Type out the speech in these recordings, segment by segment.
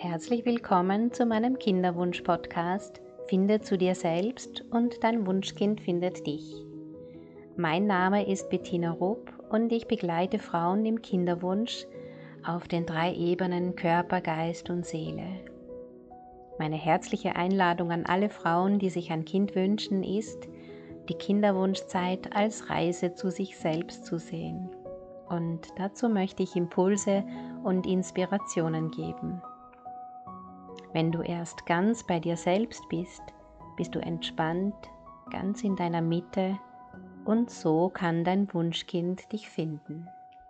Herzlich willkommen zu meinem Kinderwunsch-Podcast Finde zu dir selbst und dein Wunschkind findet dich. Mein Name ist Bettina Rupp und ich begleite Frauen im Kinderwunsch auf den 3 Ebenen Körper, Geist und Seele. Meine herzliche Einladung an alle Frauen, die sich ein Kind wünschen, ist, die Kinderwunschzeit als Reise zu sich selbst zu sehen. Und dazu möchte ich Impulse und Inspirationen geben. Wenn du erst ganz bei dir selbst bist, bist du entspannt, ganz in deiner Mitte und so kann dein Wunschkind dich finden.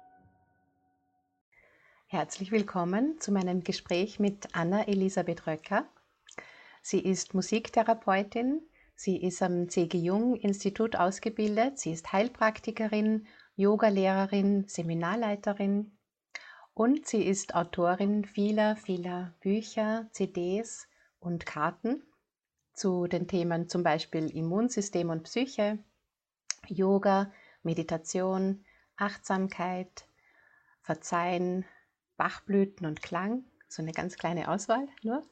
Herzlich willkommen zu meinem Gespräch mit Anna Elisabeth Röcker. Sie ist Musiktherapeutin, sie ist am C.G. Jung Institut ausgebildet, sie ist Heilpraktikerin, Yogalehrerin, Seminarleiterin. Und sie ist Autorin vieler Bücher, CDs und Karten zu den Themen zum Beispiel Immunsystem und Psyche, Yoga, Meditation, Achtsamkeit, Verzeihen, Bachblüten und Klang, so eine ganz kleine Auswahl nur.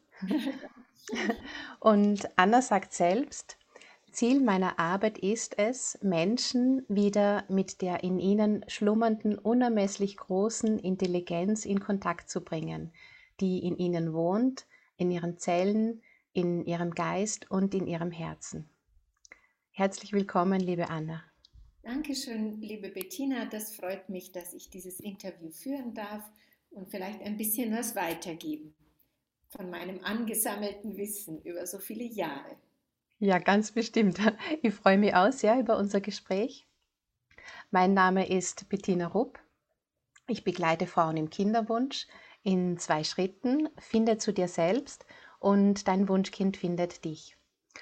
Und Anna sagt selbst, Ziel meiner Arbeit ist es, Menschen wieder mit der in ihnen schlummernden, unermesslich großen Intelligenz in Kontakt zu bringen, die in ihnen wohnt, in ihren Zellen, in ihrem Geist und in ihrem Herzen. Herzlich willkommen, liebe Anna. Dankeschön, liebe Bettina. Das freut mich, dass ich dieses Interview führen darf und vielleicht ein bisschen was weitergeben von meinem angesammelten Wissen über so viele Jahre. Ja, ganz bestimmt. Ich freue mich auch sehr über unser Gespräch. Mein Name ist Bettina Rupp. Ich begleite Frauen im Kinderwunsch in 2 Schritten. Finde zu dir selbst und dein Wunschkind findet dich.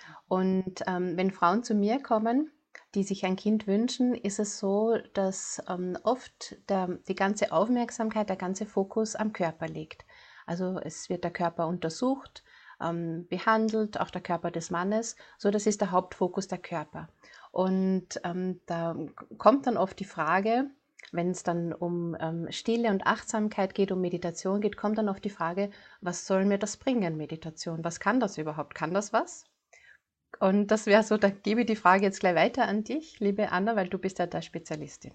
Und wenn Frauen zu mir kommen, die sich ein Kind wünschen, ist es so, dass oft die ganze Aufmerksamkeit, der ganze Fokus am Körper liegt. Also es wird der Körper untersucht, behandelt, auch der Körper des Mannes. So, das ist der Hauptfokus der Körper. Und da kommt dann oft die Frage, wenn es dann um Stille und Achtsamkeit geht, um Meditation geht, kommt dann oft die Frage, was soll mir das bringen, Meditation? Was kann das überhaupt? Kann das was? Und das wäre so, da gebe ich die Frage jetzt gleich weiter an dich, liebe Anna, weil du bist ja da Spezialistin.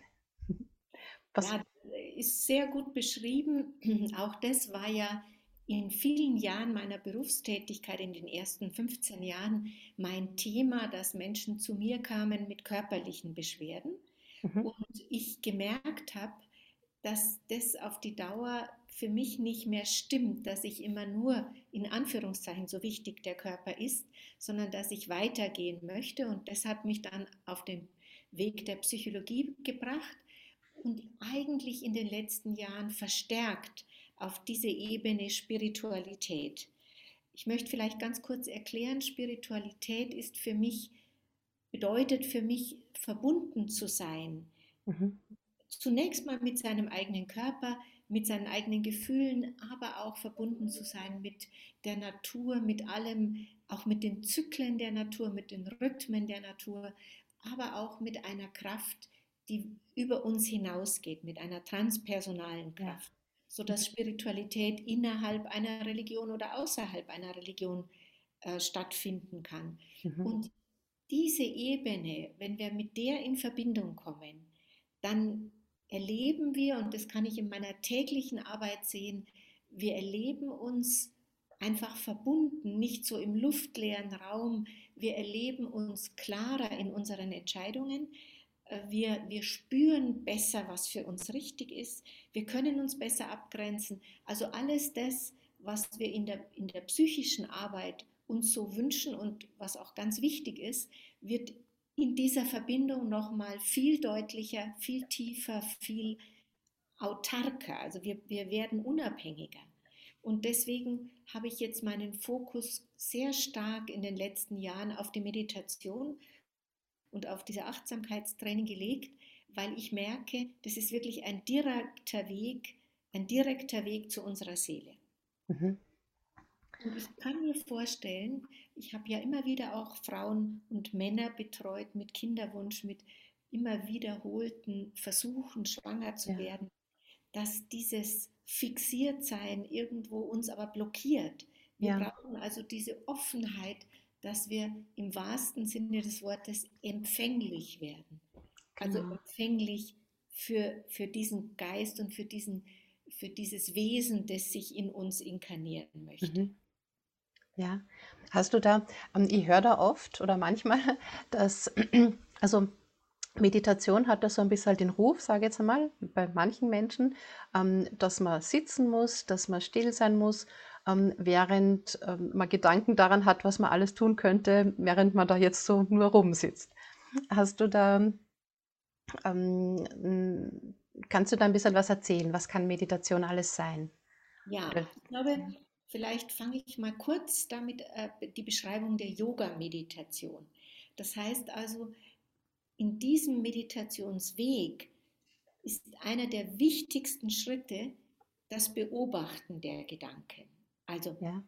Was? Ja, ist sehr gut beschrieben. Auch das war ja in vielen Jahren meiner Berufstätigkeit, in den ersten 15 Jahren, mein Thema, dass Menschen zu mir kamen mit körperlichen Beschwerden Mhm. und ich gemerkt habe, dass das auf die Dauer für mich nicht mehr stimmt, dass ich immer nur in Anführungszeichen so wichtig der Körper ist, sondern dass ich weitergehen möchte. Und das hat mich dann auf den Weg der Psychologie gebracht und eigentlich in den letzten Jahren verstärkt auf diese Ebene Spiritualität. Ich möchte vielleicht ganz kurz erklären, Spiritualität ist für mich, bedeutet für mich verbunden zu sein, Mhm. zunächst mal mit seinem eigenen Körper, mit seinen eigenen Gefühlen, aber auch verbunden zu sein mit der Natur, mit allem, auch mit den Zyklen der Natur, mit den Rhythmen der Natur, aber auch mit einer Kraft, die über uns hinausgeht, mit einer transpersonalen Ja. Kraft, sodass Spiritualität innerhalb einer Religion oder außerhalb einer Religion stattfinden kann. Mhm. Und diese Ebene, wenn wir mit der in Verbindung kommen, dann erleben wir, und das kann ich in meiner täglichen Arbeit sehen, wir erleben uns einfach verbunden, nicht so im luftleeren Raum. Wir erleben uns klarer in unseren Entscheidungen. Wir spüren besser, was für uns richtig ist. Wir können uns besser abgrenzen. Also alles das, was wir in der psychischen Arbeit uns so wünschen und was auch ganz wichtig ist, wird in dieser Verbindung nochmal viel deutlicher, viel tiefer, viel autarker. Also wir werden unabhängiger. Und deswegen habe ich jetzt meinen Fokus sehr stark in den letzten Jahren auf die Meditation und auf diese Achtsamkeitstraining gelegt, weil ich merke, das ist wirklich ein direkter Weg zu unserer Seele. Mhm. Und ich kann mir vorstellen, ich habe ja immer wieder auch Frauen und Männer betreut mit Kinderwunsch, mit immer wiederholten Versuchen, schwanger zu Ja. werden, dass dieses Fixiertsein irgendwo uns aber blockiert. Wir Ja, brauchen also diese Offenheit, dass wir im wahrsten Sinne des Wortes empfänglich werden. Also genau. empfänglich für diesen Geist und für dieses Wesen, das sich in uns inkarnieren möchte. Mhm. Ja. Hast du da ich höre da oft oder manchmal, dass also Meditation hat da so ein bisschen den Ruf, sage ich jetzt einmal, bei manchen Menschen, dass man sitzen muss, dass man still sein muss, während, man Gedanken daran hat, was man alles tun könnte, während man da jetzt so nur rumsitzt. Hast du da kannst du da ein bisschen was erzählen? Was kann Meditation alles sein? Ja, Oder ich glaube, ja. vielleicht fange ich mal kurz damit die Beschreibung der Yoga-Meditation. Das heißt also, in diesem Meditationsweg ist einer der wichtigsten Schritte das Beobachten der Gedanken. Also Ja.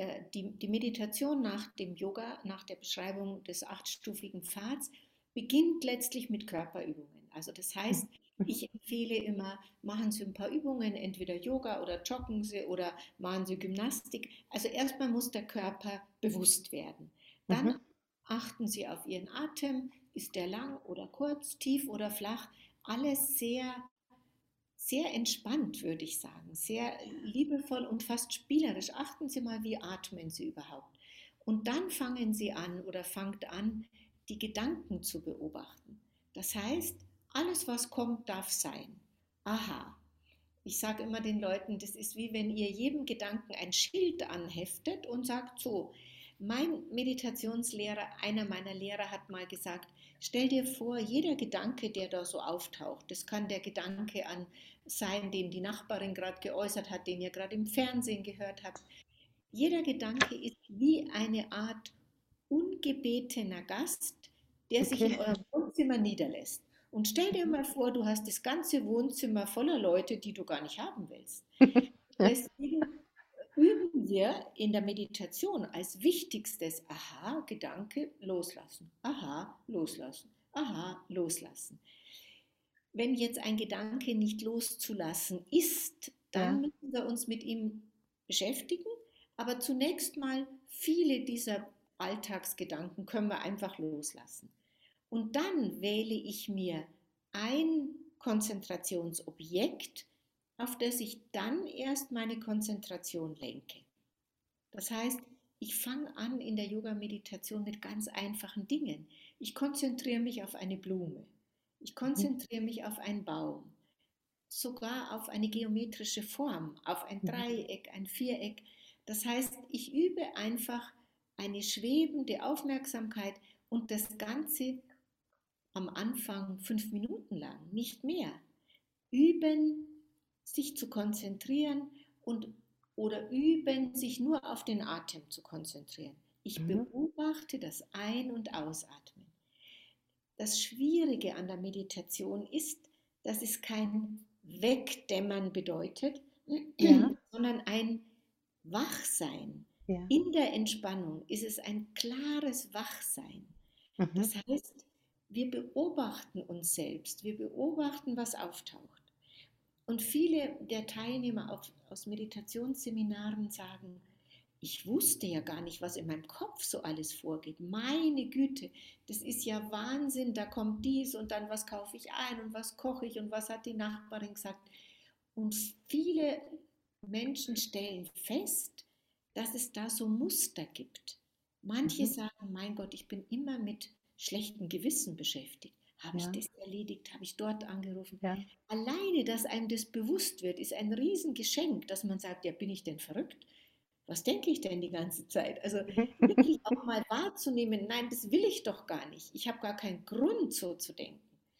die Meditation nach dem Yoga, nach der Beschreibung des achtstufigen Pfads, beginnt letztlich mit Körperübungen. Also das heißt, Mhm. Mhm. ich empfehle immer, machen Sie ein paar Übungen, entweder Yoga oder joggen Sie oder machen Sie Gymnastik. Also erstmal muss der Körper bewusst werden. Dann Mhm. achten Sie auf Ihren Atem. Ist der lang oder kurz, tief oder flach? Alles sehr sehr entspannt, würde ich sagen, sehr liebevoll und fast spielerisch. Achten Sie mal, wie atmen Sie überhaupt. Und dann fangen Sie an oder fangt an, die Gedanken zu beobachten. Das heißt, alles, was kommt, darf sein. Aha. Ich sage immer den Leuten, das ist wie wenn ihr jedem Gedanken ein Schild anheftet und sagt so, mein Meditationslehrer, einer meiner Lehrer hat mal gesagt, stell dir vor, jeder Gedanke, der da so auftaucht, das kann der Gedanke an sein, den die Nachbarin gerade geäußert hat, den ihr gerade im Fernsehen gehört habt. Jeder Gedanke ist wie eine Art ungebetener Gast, der sich in Okay. eurem Wohnzimmer niederlässt. Und stell dir Mhm. mal vor, du hast das ganze Wohnzimmer voller Leute, die du gar nicht haben willst. Ja. Deswegen üben wir in der Meditation als wichtigstes Aha, Gedanke, loslassen. Aha, loslassen. Aha, loslassen. Wenn jetzt ein Gedanke nicht loszulassen ist, dann Ja. müssen wir uns mit ihm beschäftigen. Aber zunächst mal viele dieser Alltagsgedanken können wir einfach loslassen. Und dann wähle ich mir ein Konzentrationsobjekt, auf das ich dann erst meine Konzentration lenke. Das heißt, ich fange an in der Yoga-Meditation mit ganz einfachen Dingen. Ich konzentriere mich auf eine Blume. Ich Mhm. konzentriere mich auf einen Baum, sogar auf eine geometrische Form, auf ein Mhm. Dreieck, ein Viereck. Das heißt, ich übe einfach eine schwebende Aufmerksamkeit und das Ganze am Anfang 5 Minuten lang, nicht mehr. Üben, sich zu konzentrieren und oder üben, sich nur auf den Atem zu konzentrieren. Ich Mhm. beobachte das Ein- und Ausatmen. Das Schwierige an der Meditation ist, dass es kein Wegdämmern bedeutet, Ja. sondern ein Wachsein. Ja. In der Entspannung ist es ein klares Wachsein. Mhm. Das heißt, wir beobachten uns selbst, wir beobachten, was auftaucht. Und viele der Teilnehmer aus Meditationsseminaren sagen, ich wusste ja gar nicht, was in meinem Kopf so alles vorgeht. Meine Güte, das ist ja Wahnsinn, da kommt dies und dann was kaufe ich ein und was koche ich und was hat die Nachbarin gesagt. Und viele Menschen stellen fest, dass es da so Muster gibt. Manche Mhm. sagen, mein Gott, ich bin immer mit schlechtem Gewissen beschäftigt. Habe ich Ja. das erledigt? Habe ich dort angerufen? Ja. Alleine, dass einem das bewusst wird, ist ein Riesengeschenk, dass man sagt, ja, bin ich denn verrückt? Was denke ich denn die ganze Zeit? Also wirklich auch mal wahrzunehmen, nein, das will ich doch gar nicht. Ich habe gar keinen Grund, so zu denken.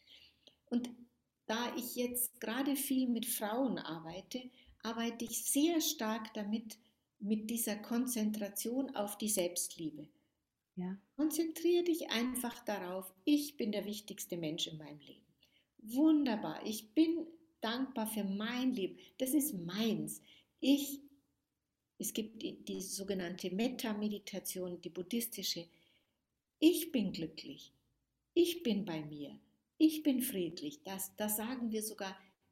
Und da ich jetzt gerade viel mit Frauen arbeite, arbeite ich sehr stark damit, mit dieser Konzentration auf die Selbstliebe. Ja. Konzentriere dich einfach darauf, ich bin der wichtigste Mensch in meinem Leben. Wunderbar, ich bin dankbar für mein Leben. Das ist meins. Ich, es gibt die sogenannte Metta-Meditation, die buddhistische. Ich bin glücklich. Ich bin bei mir. Ich bin friedlich. Das sagen wir sogar.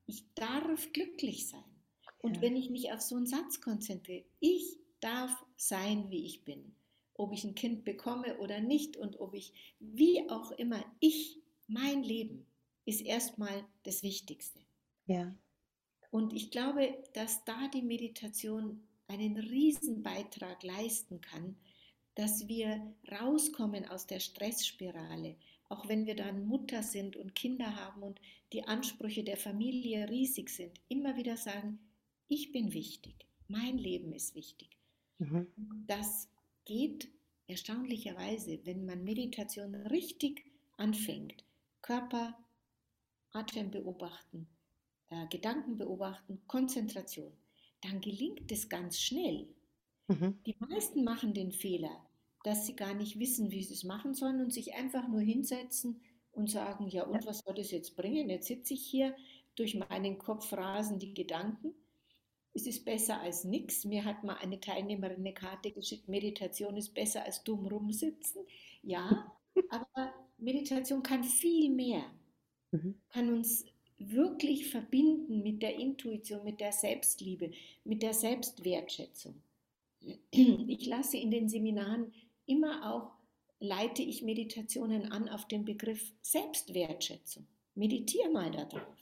Ich darf glücklich sein. Und Ja, wenn ich mich auf so einen Satz konzentriere, ich darf sein, wie ich bin, ob ich ein Kind bekomme oder nicht und ob ich, wie auch immer, mein Leben ist erstmal das Wichtigste. ja, Und ich glaube, dass da die Meditation einen riesen Beitrag leisten kann, dass wir rauskommen aus der Stressspirale, auch wenn wir dann Mutter sind und Kinder haben und die Ansprüche der Familie riesig sind, immer wieder sagen, ich bin wichtig, mein Leben ist wichtig. mhm, Das geht erstaunlicherweise, wenn man Meditation richtig anfängt. Körper, Atem beobachten, Gedanken beobachten, Konzentration. Dann gelingt es ganz schnell. mhm. Die meisten machen den Fehler, dass sie gar nicht wissen, wie sie es machen sollen und sich einfach nur hinsetzen und sagen, ja Ja, und was soll das jetzt bringen? Jetzt sitze ich hier, durch meinen Kopf rasen die Gedanken. Es ist besser als nichts. Mir hat mal eine Teilnehmerin eine Karte geschickt, Meditation ist besser als dumm rumsitzen. Ja, aber Meditation kann viel mehr, mhm. kann uns wirklich verbinden mit der Intuition, mit der Selbstliebe, mit der Selbstwertschätzung. Ich lasse in den Seminaren immer auch, leite ich Meditationen an auf den Begriff Selbstwertschätzung. Meditiere mal darauf.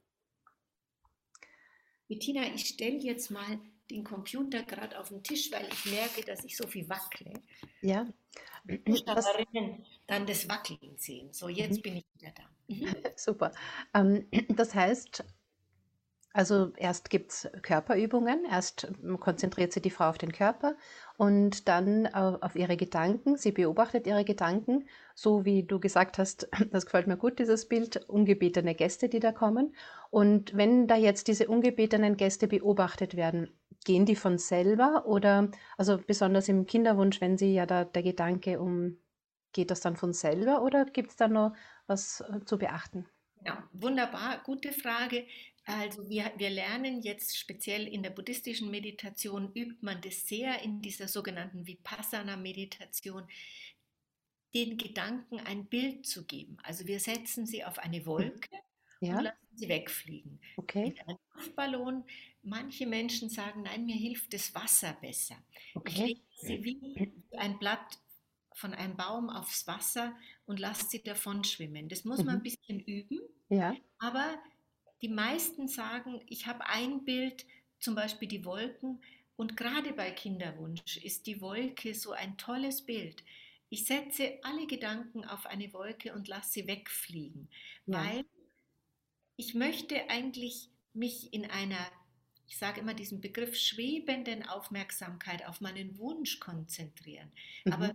Bettina, ich stelle jetzt mal den Computer gerade auf den Tisch, weil ich merke, dass ich so viel wackle. Ja, das, Zuschauerinnen dann das Wackeln sehen. So, mhm. jetzt bin ich wieder da. Mhm. Super. Das heißt, also erst gibt es Körperübungen, erst konzentriert sich die Frau auf den Körper und dann auf ihre Gedanken. Sie beobachtet ihre Gedanken, so wie du gesagt hast, das gefällt mir gut, dieses Bild, ungebetene Gäste, die da kommen. Und wenn da jetzt diese ungebetenen Gäste beobachtet werden, gehen die von selber oder, also besonders im Kinderwunsch, wenn sie ja da der Gedanke geht das dann von selber oder gibt es da noch was zu beachten? Ja, wunderbar, gute Frage. Also wir lernen jetzt speziell in der buddhistischen Meditation, übt man das sehr in dieser sogenannten Vipassana-Meditation, den Gedanken ein Bild zu geben. Also wir setzen sie auf eine Mhm. Wolke und Ja, lassen sie wegfliegen. okay, Mit einem Luftballon, manche Menschen sagen, nein, mir hilft das Wasser besser. Ich okay. lege sie wie ein Blatt von einem Baum aufs Wasser und lasse sie davon schwimmen. Das muss man Mhm. ein bisschen üben, Ja, aber die meisten sagen, ich habe ein Bild, zum Beispiel die Wolken, und gerade bei Kinderwunsch ist die Wolke so ein tolles Bild. Ich setze alle Gedanken auf eine Wolke und lasse sie wegfliegen, ja. weil ich möchte eigentlich mich in einer, ich sage immer diesen Begriff schwebenden Aufmerksamkeit auf meinen Wunsch konzentrieren. Mhm. Aber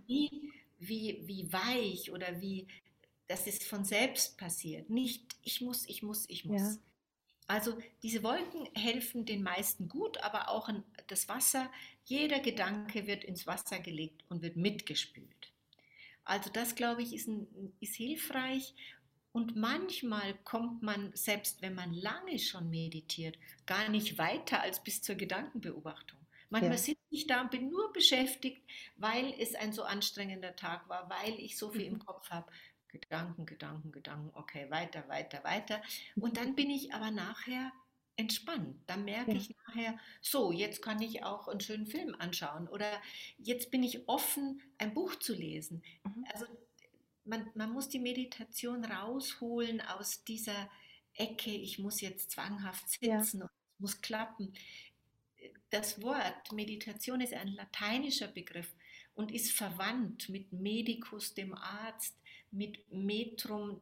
wie weich oder wie, dass es von selbst passiert. Nicht, ich muss, ich muss, ich Ja, muss. Also diese Wolken helfen den meisten gut, aber auch das Wasser. Jeder Gedanke wird ins Wasser gelegt und wird mitgespült. Also das, glaube ich, ist hilfreich. Und manchmal kommt man, selbst wenn man lange schon meditiert, gar nicht weiter als bis zur Gedankenbeobachtung. Manchmal ja. sitze ich da und bin nur beschäftigt, weil es ein so anstrengender Tag war, weil ich so viel Mhm. im Kopf habe. Gedanken, Gedanken, Gedanken, okay, weiter, weiter, weiter. Und dann bin ich aber nachher entspannt. Dann merke Ja. ich nachher, so, jetzt kann ich auch einen schönen Film anschauen oder jetzt bin ich offen, ein Buch zu lesen. Mhm. Also man muss die Meditation rausholen aus dieser Ecke, ich muss jetzt zwanghaft Ja. sitzen und es muss klappen. Das Wort Meditation ist ein lateinischer Begriff und ist verwandt mit Medicus, dem Arzt, mit Metrum,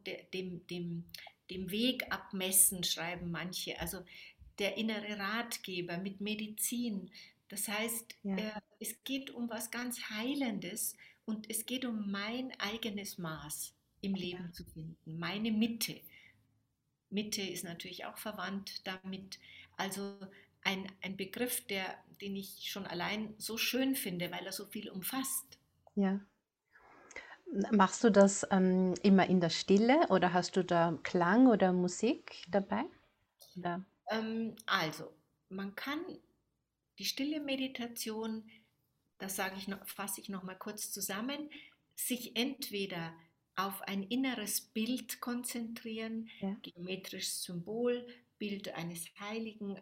dem Weg abmessen, schreiben manche. Also der innere Ratgeber mit Medizin. Das heißt, Ja. es geht um was ganz Heilendes und es geht um mein eigenes Maß im Ja. Leben zu finden, meine Mitte. Mitte ist natürlich auch verwandt damit. Also ein Begriff, den ich schon allein so schön finde, weil er so viel umfasst. Ja. Machst du das immer in der Stille oder hast du da Klang oder Musik dabei? Oder? Also, man kann die stille Meditation, das sage ich noch, fasse ich noch mal kurz zusammen, sich entweder auf ein inneres Bild konzentrieren, Ja. geometrisches Symbol, Bild eines Heiligen,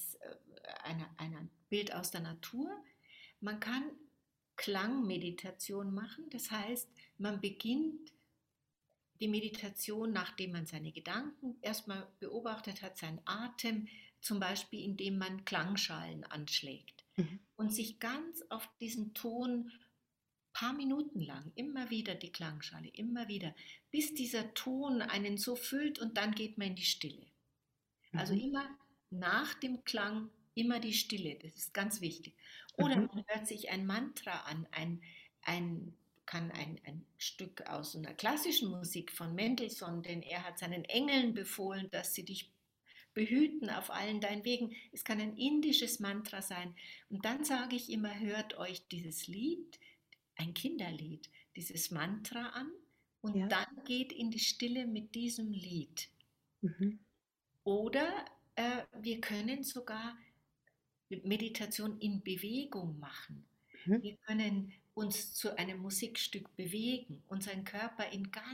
einer Bild aus der Natur. Man kann Klangmeditation machen, das heißt, man beginnt die Meditation, nachdem man seine Gedanken erstmal beobachtet hat, seinen Atem, zum Beispiel indem man Klangschalen anschlägt Mhm. und sich ganz auf diesen Ton paar Minuten lang immer wieder die Klangschale, immer wieder, bis dieser Ton einen so füllt und dann geht man in die Stille. Also Mhm. immer nach dem Klang, immer die Stille, das ist ganz wichtig. Oder Mhm. man hört sich ein Mantra an, ein, kann ein Stück aus einer klassischen Musik von Mendelssohn, denn er hat seinen Engeln befohlen, dass sie dich behüten auf allen deinen Wegen. Es kann ein indisches Mantra sein. Und dann sage ich immer, hört euch dieses Lied, ein Kinderlied, dieses Mantra an und Ja. dann geht in die Stille mit diesem Lied. Mhm. Oder wir können sogar Meditation in Bewegung machen. Mhm. Wir können uns zu einem Musikstück bewegen, unseren Körper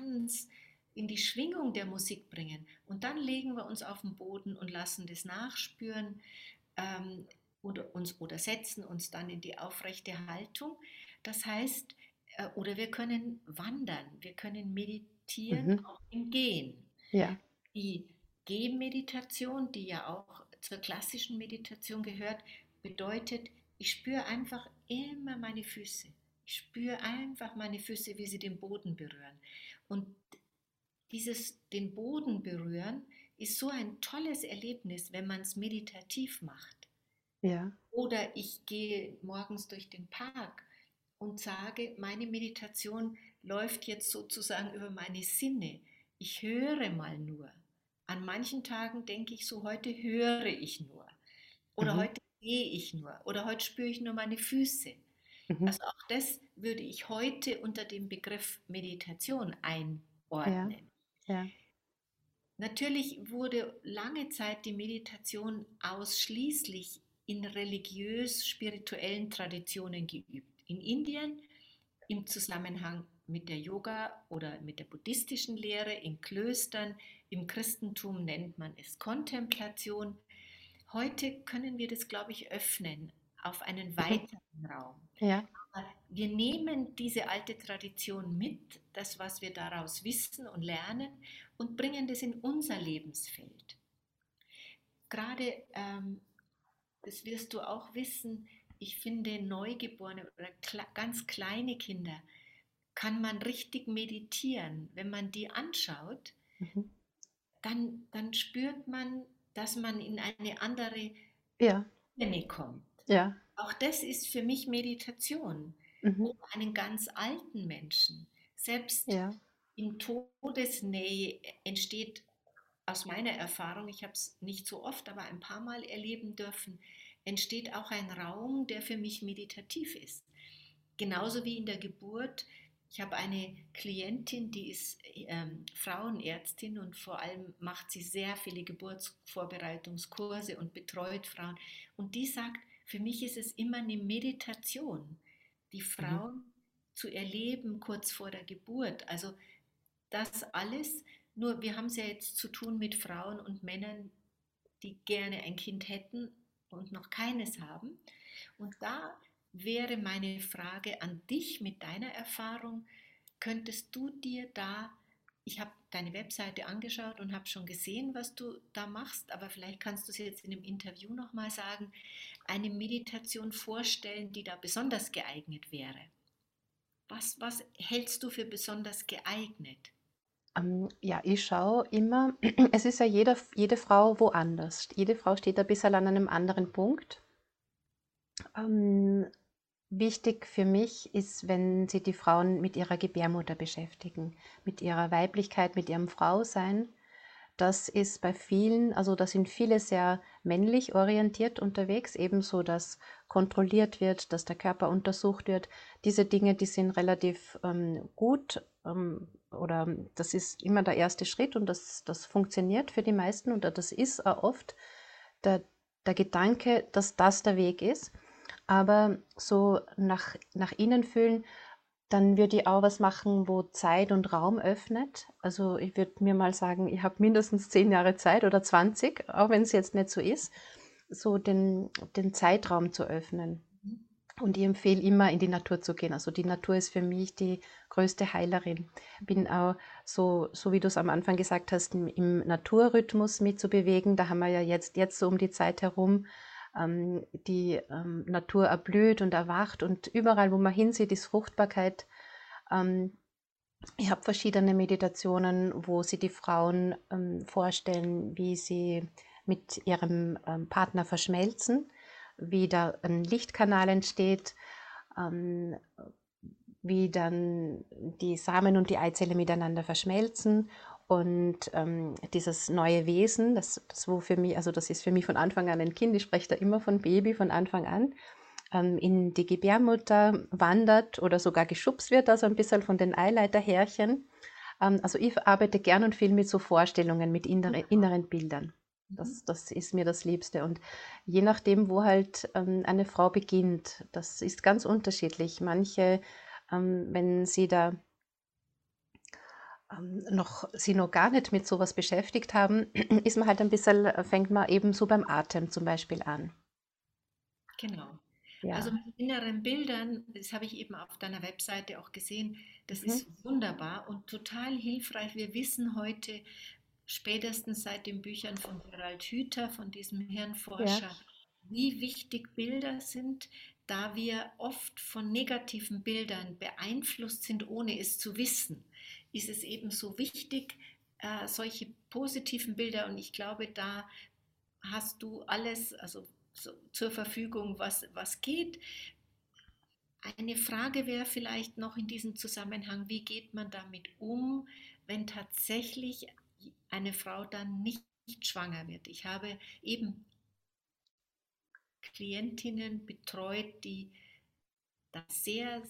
in die Schwingung der Musik bringen und dann legen wir uns auf den Boden und lassen das nachspüren ähm, oder setzen uns dann in die aufrechte Haltung. Das heißt, oder wir können wandern, wir können meditieren Mhm. auch im Gehen. Ja. Die Gehmeditation, die ja auch zur klassischen Meditation gehört, bedeutet, ich spüre einfach immer meine Füße. Ich spüre einfach meine Füße, wie sie den Boden berühren. Und dieses den Boden berühren ist so ein tolles Erlebnis, wenn man es meditativ macht. Ja. Oder ich gehe morgens durch den Park und sage, meine Meditation läuft jetzt sozusagen über meine Sinne. Ich höre mal nur. An manchen Tagen denke ich so, heute höre ich nur. Oder Mhm. heute gehe ich nur. Oder heute spüre ich nur meine Füße. Mhm. Also auch das würde ich heute unter dem Begriff Meditation Ja. einordnen. Ja. Natürlich wurde lange Zeit die Meditation ausschließlich in religiös-spirituellen Traditionen geübt. In Indien im Zusammenhang mit der Yoga oder mit der buddhistischen Lehre, in Klöstern, im Christentum nennt man es Kontemplation. Heute können wir das, glaube ich, öffnen auf einen Mhm. weiteren Raum. Ja. Wir nehmen diese alte Tradition mit, das, was wir daraus wissen und lernen, und bringen das in unser Lebensfeld. Gerade, das wirst du auch wissen, ich finde, Neugeborene oder ganz kleine Kinder kann man richtig meditieren. Wenn man die anschaut, Mhm. dann spürt man, dass man in eine andere Ja. Ebene kommt. Ja. Auch das ist für mich Meditation. Mhm. Oder einen ganz alten Menschen. Selbst Ja. in Todesnähe entsteht aus meiner Erfahrung, ich habe es nicht so oft, aber ein paar Mal erleben dürfen, entsteht auch ein Raum, der für mich meditativ ist. Genauso wie in der Geburt. Ich habe eine Klientin, die ist Frauenärztin und vor allem macht sie sehr viele Geburtsvorbereitungskurse und betreut Frauen. Und die sagt, für mich ist es immer eine Meditation, die Mhm. Frauen zu erleben kurz vor der Geburt. Also das alles, nur wir haben es ja jetzt zu tun mit Frauen und Männern, die gerne ein Kind hätten und noch keines haben. Und da wäre meine Frage an dich mit deiner Erfahrung, könntest du dir da, ich habe deine Webseite angeschaut und habe schon gesehen, was du da machst, aber vielleicht kannst du es jetzt in dem Interview nochmal sagen, eine Meditation vorstellen, die da besonders geeignet wäre. Was hältst du für besonders geeignet? Ja, ich schaue immer, es ist ja jede Frau woanders. Jede Frau steht ein bisschen an einem anderen Punkt. Ähm, Wichtig für mich ist, wenn Sie die Frauen mit ihrer Gebärmutter beschäftigen, mit ihrer Weiblichkeit, mit ihrem Frausein. Das ist bei vielen, also da sind viele sehr männlich orientiert unterwegs, ebenso, dass kontrolliert wird, dass der Körper untersucht wird. Diese Dinge, die sind relativ gut, oder das ist immer der erste Schritt und das funktioniert für die meisten und das ist auch oft der, der Gedanke, dass das der Weg ist. Aber so nach innen fühlen, Dann würde ich auch was machen, wo Zeit und Raum öffnet. Also ich würde mir mal sagen, ich habe mindestens 10 Jahre Zeit oder 20, auch wenn es jetzt nicht so ist, so den Zeitraum zu öffnen. Mhm. Und ich empfehle immer, in die Natur zu gehen. Also die Natur ist für mich die größte Heilerin. Bin auch so wie du es am Anfang gesagt hast, im Naturrhythmus mitzubewegen. Da haben wir ja jetzt so um die Zeit herum, die Natur erblüht und erwacht und überall, wo man hinsieht, ist Fruchtbarkeit. Ähm, Ich habe verschiedene Meditationen, wo sie die Frauen vorstellen, wie sie mit ihrem Partner verschmelzen, wie da ein Lichtkanal entsteht, ähm, wie dann die Samen und die Eizelle miteinander verschmelzen und dieses neue Wesen, das wo für mich, also das ist für mich von Anfang an ein Kind, ich spreche da immer von Baby von Anfang an, in die Gebärmutter wandert oder sogar geschubst wird, also ein bisschen von den Eileiterhärchen. Also ich arbeite gern und viel mit so Vorstellungen, mit Super. inneren Bildern. Mhm. Das ist mir das Liebste. Und je nachdem, wo halt eine Frau beginnt, das ist ganz unterschiedlich. Manche, wenn sie da sie noch gar nicht mit sowas beschäftigt haben, ist man halt ein bisschen, fängt man eben so beim Atem zum Beispiel an. Genau. Also Ja. mit inneren Bildern, das habe ich eben auf deiner Webseite auch gesehen, das Mhm. ist wunderbar und total hilfreich. Wir wissen heute, spätestens seit den Büchern von Gerald Hüther, von diesem Ja. Hirnforscher, wie wichtig Bilder sind, da wir oft von negativen Bildern beeinflusst sind, ohne es zu wissen, ist es eben so wichtig, solche positiven Bilder. Und ich glaube, da hast du alles also so zur Verfügung, was geht. Eine Frage wäre vielleicht noch in diesem Zusammenhang, wie geht man damit um, wenn tatsächlich eine Frau dann nicht schwanger wird? Ich habe eben Klientinnen betreut, die da sehr,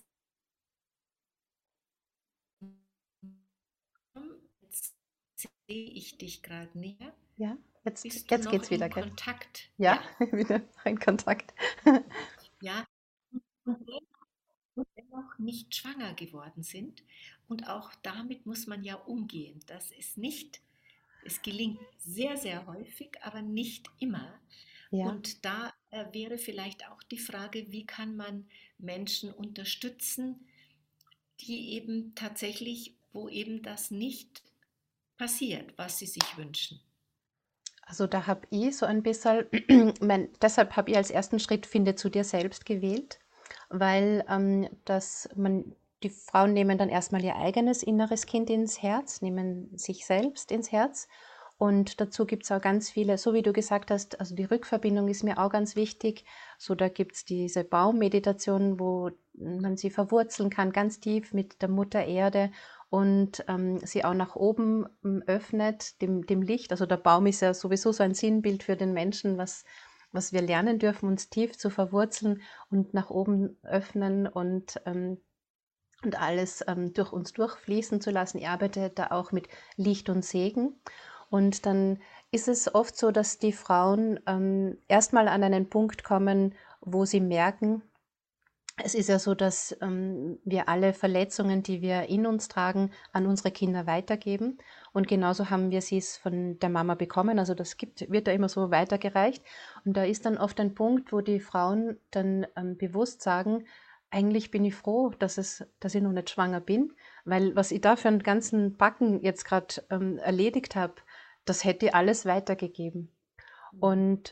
jetzt sehe ich dich gerade näher. Ja, Bist du jetzt noch geht's wieder, in gell? Kontakt? Ja, Ja, wieder ein Kontakt. ja. Und dennoch nicht schwanger geworden sind. Und auch damit muss man ja umgehen. Das ist nicht, es gelingt sehr, sehr häufig, aber nicht immer. Ja, Und da wäre vielleicht auch die Frage, wie kann man Menschen unterstützen, die eben tatsächlich, wo eben das nicht passiert, was sie sich wünschen. also da habe ich so ein bisschen, deshalb habe ich als ersten Schritt Finde zu dir selbst gewählt, weil die Frauen nehmen dann erstmal ihr eigenes inneres Kind ins Herz, nehmen sich selbst ins Herz. Und dazu gibt es auch ganz viele, so wie du gesagt hast, also die Rückverbindung ist mir auch ganz wichtig. So, da gibt es diese Baummeditation, wo man sie verwurzeln kann, ganz tief mit der Mutter Erde und sie auch nach oben öffnet, dem Licht. Also der Baum ist ja sowieso so ein Sinnbild für den Menschen, was wir lernen dürfen, uns tief zu verwurzeln und nach oben öffnen und alles durch uns durchfließen zu lassen. Ich arbeite da auch mit Licht und Segen. Und dann ist es oft so, dass die Frauen erstmal an einen Punkt kommen, wo sie merken, es ist ja so, dass wir alle Verletzungen, die wir in uns tragen, an unsere Kinder weitergeben. Und genauso haben wir sie es von der Mama bekommen. Also wird da immer so weitergereicht. Und da ist dann oft ein Punkt, wo die Frauen dann bewusst sagen, eigentlich bin ich froh, dass ich noch nicht schwanger bin, weil was ich da für einen ganzen Backen jetzt gerade erledigt habe, das hätte ich alles weitergegeben. Und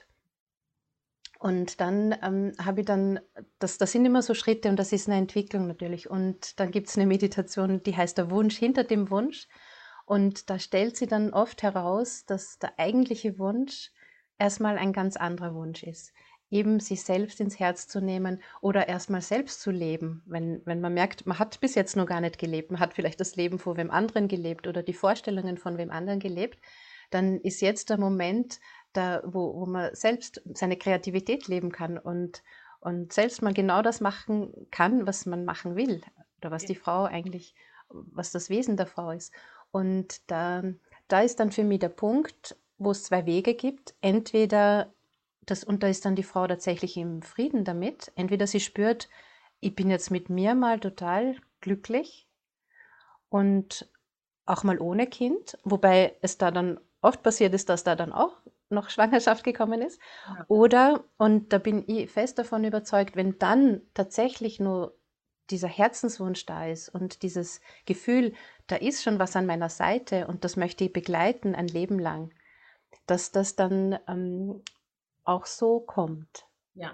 dann habe ich dann, das sind immer so Schritte und das ist eine Entwicklung natürlich. Und dann gibt es eine Meditation, die heißt der Wunsch hinter dem Wunsch. Und da stellt sie dann oft heraus, dass der eigentliche Wunsch erstmal ein ganz anderer Wunsch ist. Eben sich selbst ins Herz zu nehmen oder erstmal selbst zu leben. Wenn man merkt, man hat bis jetzt noch gar nicht gelebt, man hat vielleicht das Leben von wem anderen gelebt oder die Vorstellungen von wem anderen gelebt, dann ist jetzt der Moment, wo man selbst seine Kreativität leben kann und selbst mal genau das machen kann, was man machen will oder was Ja. die Frau eigentlich, was das Wesen der Frau ist. Und da ist dann für mich der Punkt, wo es zwei Wege gibt. Entweder und da ist dann die Frau tatsächlich im Frieden damit. Entweder sie spürt, ich bin jetzt mit mir mal total glücklich und auch mal ohne Kind, wobei es da dann oft passiert ist, dass da dann auch noch Schwangerschaft gekommen ist. Ja. Oder, und da bin ich fest davon überzeugt, wenn dann tatsächlich nur dieser Herzenswunsch da ist und dieses Gefühl, da ist schon was an meiner Seite und das möchte ich begleiten ein Leben lang, dass das dann auch so kommt. Ja.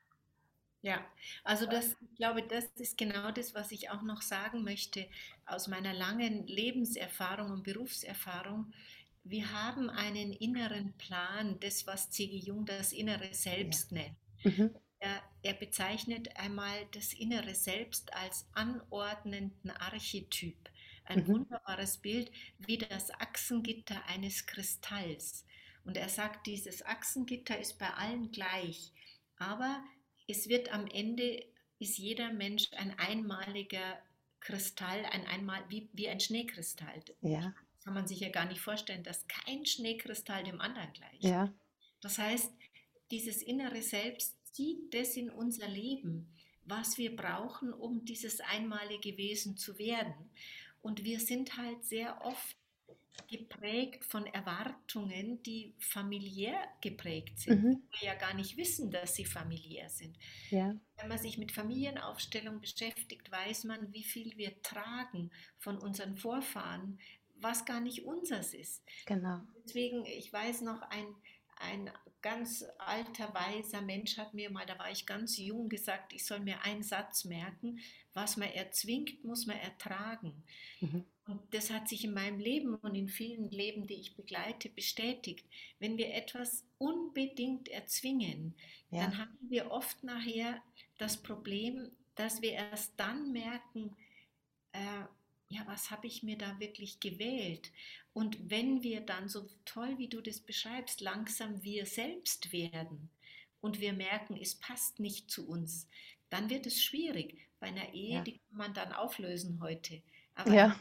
Ja, also ich glaube, das ist genau das, was ich auch noch sagen möchte aus meiner langen Lebenserfahrung und Berufserfahrung. Wir haben einen inneren Plan, das, was C.G. Jung das innere Ja. Selbst nennt. Mhm. Er bezeichnet einmal das innere Selbst als anordnenden Archetyp. Ein Mhm. wunderbares Bild wie das Achsengitter eines Kristalls. Und er sagt, dieses Achsengitter ist bei allen gleich, aber es wird am Ende, ist jeder Mensch ein einmaliger Kristall, wie ein Schneekristall. Ja, Kann man sich ja gar nicht vorstellen, dass kein Schneekristall dem anderen gleicht. ja, Das heißt, dieses innere Selbst zieht das in unser Leben, was wir brauchen, um dieses einmalige Wesen zu werden. Und wir sind halt sehr oft geprägt von Erwartungen, die familiär geprägt sind, mhm. wo wir ja gar nicht wissen, dass sie familiär sind. Ja, Wenn man sich mit Familienaufstellung beschäftigt, weiß man, wie viel wir tragen von unseren Vorfahren, was gar nicht unseres ist. genau. Deswegen, ich weiß noch, ein ganz alter, weiser Mensch hat mir mal, da war ich ganz jung, gesagt, ich soll mir einen Satz merken: Was man erzwingt, muss man ertragen. Mhm. Und das hat sich in meinem Leben und in vielen Leben, die ich begleite, bestätigt. Wenn wir etwas unbedingt erzwingen, Ja, dann haben wir oft nachher das Problem, dass wir erst dann merken, äh, ja, was habe ich mir da wirklich gewählt? Und wenn wir dann so toll, wie du das beschreibst, langsam wir selbst werden und wir merken, es passt nicht zu uns, dann wird es schwierig. Bei einer Ehe, ja, die kann man dann auflösen heute. Aber ja,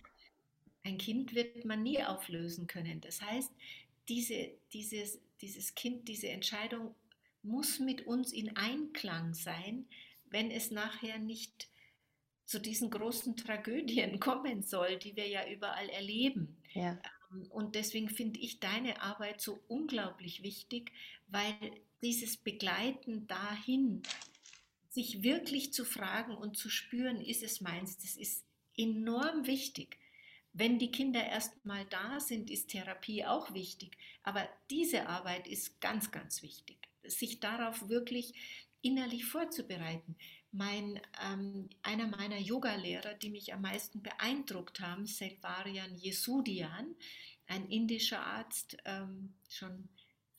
ein Kind wird man nie auflösen können. Das heißt, dieses Kind, diese Entscheidung muss mit uns in Einklang sein, wenn es nachher nicht zu diesen großen Tragödien kommen soll, die wir ja überall erleben. ja, Und deswegen finde ich deine Arbeit so unglaublich wichtig, weil dieses Begleiten dahin, sich wirklich zu fragen und zu spüren, ist es meins, das ist enorm wichtig. Wenn die Kinder erst mal da sind, ist Therapie auch wichtig. Aber diese Arbeit ist ganz, ganz wichtig, sich darauf wirklich innerlich vorzubereiten. Einer meiner Yoga-Lehrer, die mich am meisten beeindruckt haben, Selvarjan Yesudian, ein indischer Arzt, schon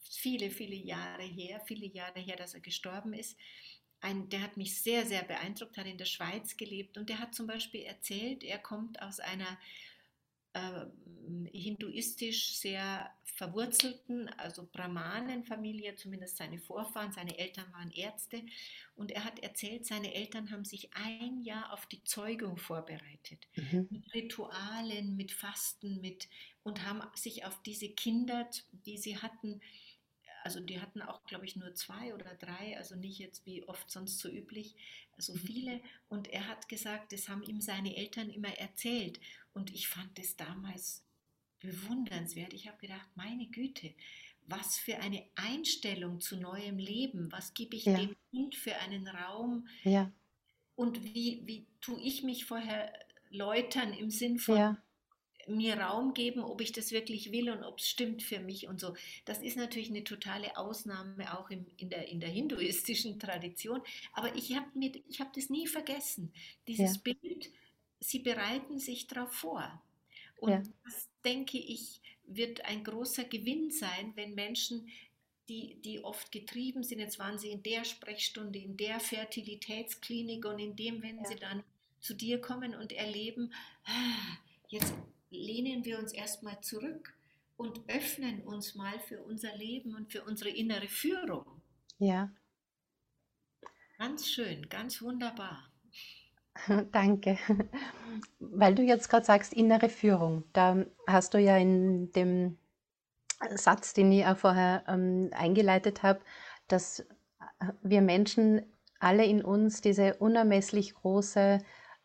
viele Jahre her, dass er gestorben ist. Der hat mich sehr, sehr beeindruckt, hat in der Schweiz gelebt und der hat zum Beispiel erzählt, er kommt aus einer äh, hinduistisch sehr verwurzelten, also Brahmanenfamilie, zumindest seine Vorfahren, seine Eltern waren Ärzte. Und er hat erzählt, seine Eltern haben sich ein Jahr auf die Zeugung vorbereitet. mhm. Mit Ritualen, mit Fasten, und haben sich auf diese Kinder, die sie hatten, also die hatten auch, glaube ich, nur zwei oder drei, also nicht jetzt wie oft sonst so üblich, so Mhm. viele. Und er hat gesagt, das haben ihm seine Eltern immer erzählt. Und ich fand das damals bewundernswert. Ich habe gedacht, meine Güte, was für eine Einstellung zu neuem Leben, was gebe ich Ja, dem Kind für einen Raum ja, und wie tue ich mich vorher läutern im Sinn von ja, mir Raum geben, ob ich das wirklich will und ob es stimmt für mich und so. Das ist natürlich eine totale Ausnahme auch in der hinduistischen Tradition, aber ich hab das nie vergessen. Dieses ja, Bild, sie bereiten sich darauf vor. ja, Und das, denke ich, wird ein großer Gewinn sein, wenn Menschen, die oft getrieben sind, jetzt waren sie in der Sprechstunde, in der Fertilitätsklinik und in dem, wenn sie ja, dann zu dir kommen und erleben, ah, jetzt lehnen wir uns erstmal zurück und öffnen uns mal für unser Leben und für unsere innere Führung. ja. Ganz schön, ganz wunderbar. Danke. Weil du jetzt gerade sagst, innere Führung, da hast du ja in dem Satz, den ich auch vorher eingeleitet habe, dass wir Menschen alle in uns diese unermesslich große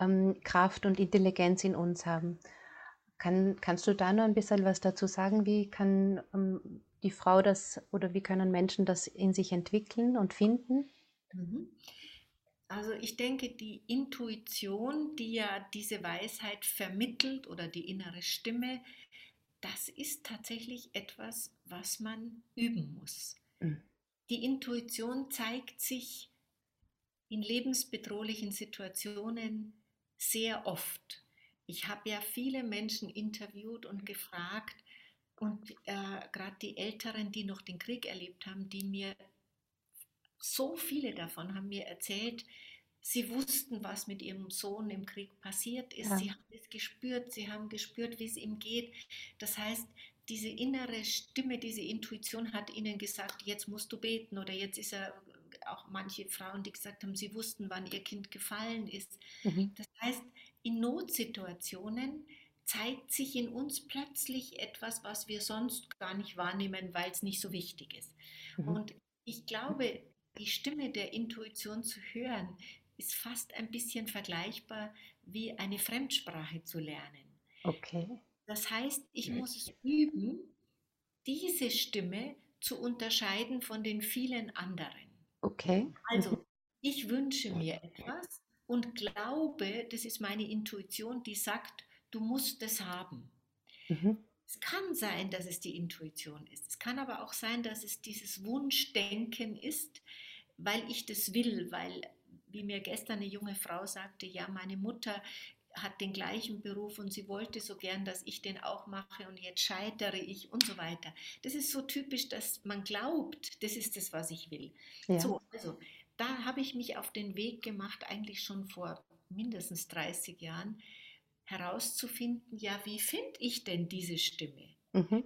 Kraft und Intelligenz in uns haben. Kannst du da noch ein bisschen was dazu sagen? Wie kann die Frau das oder wie können Menschen das in sich entwickeln und finden? Mhm. Also ich denke, die Intuition, die ja diese Weisheit vermittelt oder die innere Stimme, das ist tatsächlich etwas, was man üben muss. Mhm. Die Intuition zeigt sich in lebensbedrohlichen Situationen sehr oft. Ich habe ja viele Menschen interviewt und gefragt und gerade die Älteren, die noch den Krieg erlebt haben, die mir so viele davon haben mir erzählt, sie wussten, was mit ihrem Sohn im Krieg passiert ist. Ja. Sie haben es gespürt, sie haben gespürt, wie es ihm geht. Das heißt, diese innere Stimme, diese Intuition hat ihnen gesagt, jetzt musst du beten oder jetzt ist er, auch manche Frauen, die gesagt haben, sie wussten, wann ihr Kind gefallen ist. Mhm. Das heißt, in Notsituationen zeigt sich in uns plötzlich etwas, was wir sonst gar nicht wahrnehmen, weil es nicht so wichtig ist. Mhm. Und ich glaube, die Stimme der Intuition zu hören, ist fast ein bisschen vergleichbar wie eine Fremdsprache zu lernen. Okay. Das heißt, ich muss es üben, diese Stimme zu unterscheiden von den vielen anderen. Okay. Mhm. Also, ich wünsche mir etwas und glaube, das ist meine Intuition, die sagt, du musst es haben. Mhm. Es kann sein, dass es die Intuition ist. Es kann aber auch sein, dass es dieses Wunschdenken ist, weil ich das will, weil, wie mir gestern eine junge Frau sagte, ja, meine Mutter hat den gleichen Beruf und sie wollte so gern, dass ich den auch mache und jetzt scheitere ich und so weiter. Das ist so typisch, dass man glaubt, das ist das, was ich will. Ja. So, also da habe ich mich auf den Weg gemacht, eigentlich schon vor mindestens 30 Jahren, herauszufinden, ja, wie finde ich denn diese Stimme? Mhm.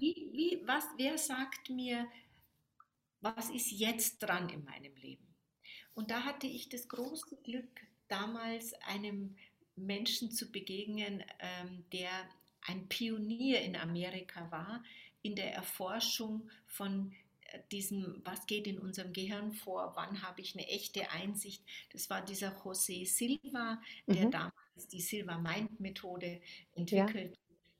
Wer sagt mir, was ist jetzt dran in meinem Leben? Und da hatte ich das große Glück, damals einem Menschen zu begegnen, der ein Pionier in Amerika war, in der Erforschung von diesem, was geht in unserem Gehirn vor, wann habe ich eine echte Einsicht. Das war dieser José Silva, der Mhm. damals die Silva-Mind-Methode Ja. entwickelt.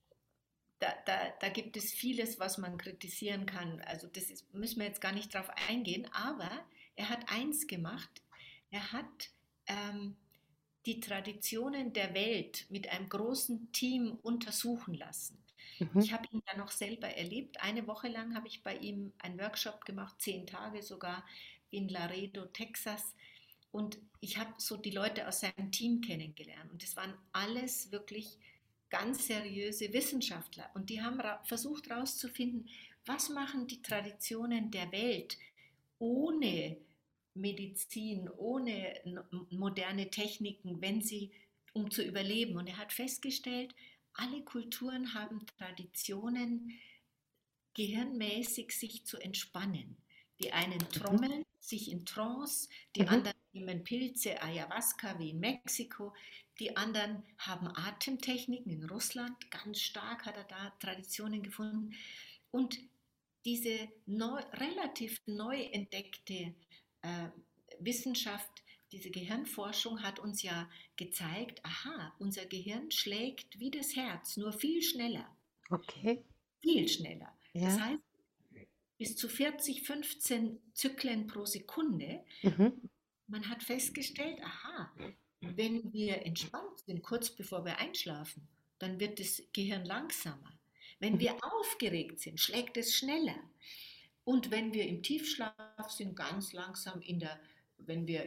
Da gibt es vieles, was man kritisieren kann. Also das ist, müssen wir jetzt gar nicht drauf eingehen, aber er hat eins gemacht. Er hat ähm, die Traditionen der Welt mit einem großen Team untersuchen lassen. Mhm. Ich habe ihn dann noch selber erlebt. Eine Woche lang habe ich bei ihm einen Workshop gemacht, 10 Tage sogar in Laredo, Texas. Und ich habe so die Leute aus seinem Team kennengelernt. Und es waren alles wirklich ganz seriöse Wissenschaftler. Und die haben versucht herauszufinden, was machen die Traditionen der Welt ohne Medizin, ohne moderne Techniken, wenn sie, um zu überleben. Und er hat festgestellt, alle Kulturen haben Traditionen, gehirnmäßig sich zu entspannen. Die einen Mhm. trommeln, sich in Trance, die Mhm. anderen nehmen Pilze, Ayahuasca wie in Mexiko, die anderen haben Atemtechniken in Russland, ganz stark hat er da Traditionen gefunden. Und diese relativ neu entdeckte äh, Wissenschaft, diese Gehirnforschung hat uns ja gezeigt, aha, unser Gehirn schlägt wie das Herz, nur viel schneller, Okay. viel schneller. Das Ja. heißt, bis zu 40, 15 Zyklen pro Sekunde. Mhm. Man hat festgestellt, aha, wenn wir entspannt sind, kurz bevor wir einschlafen, dann wird das Gehirn langsamer. Wenn Mhm. wir aufgeregt sind, schlägt es schneller. Und wenn wir im Tiefschlaf sind, ganz langsam wenn wir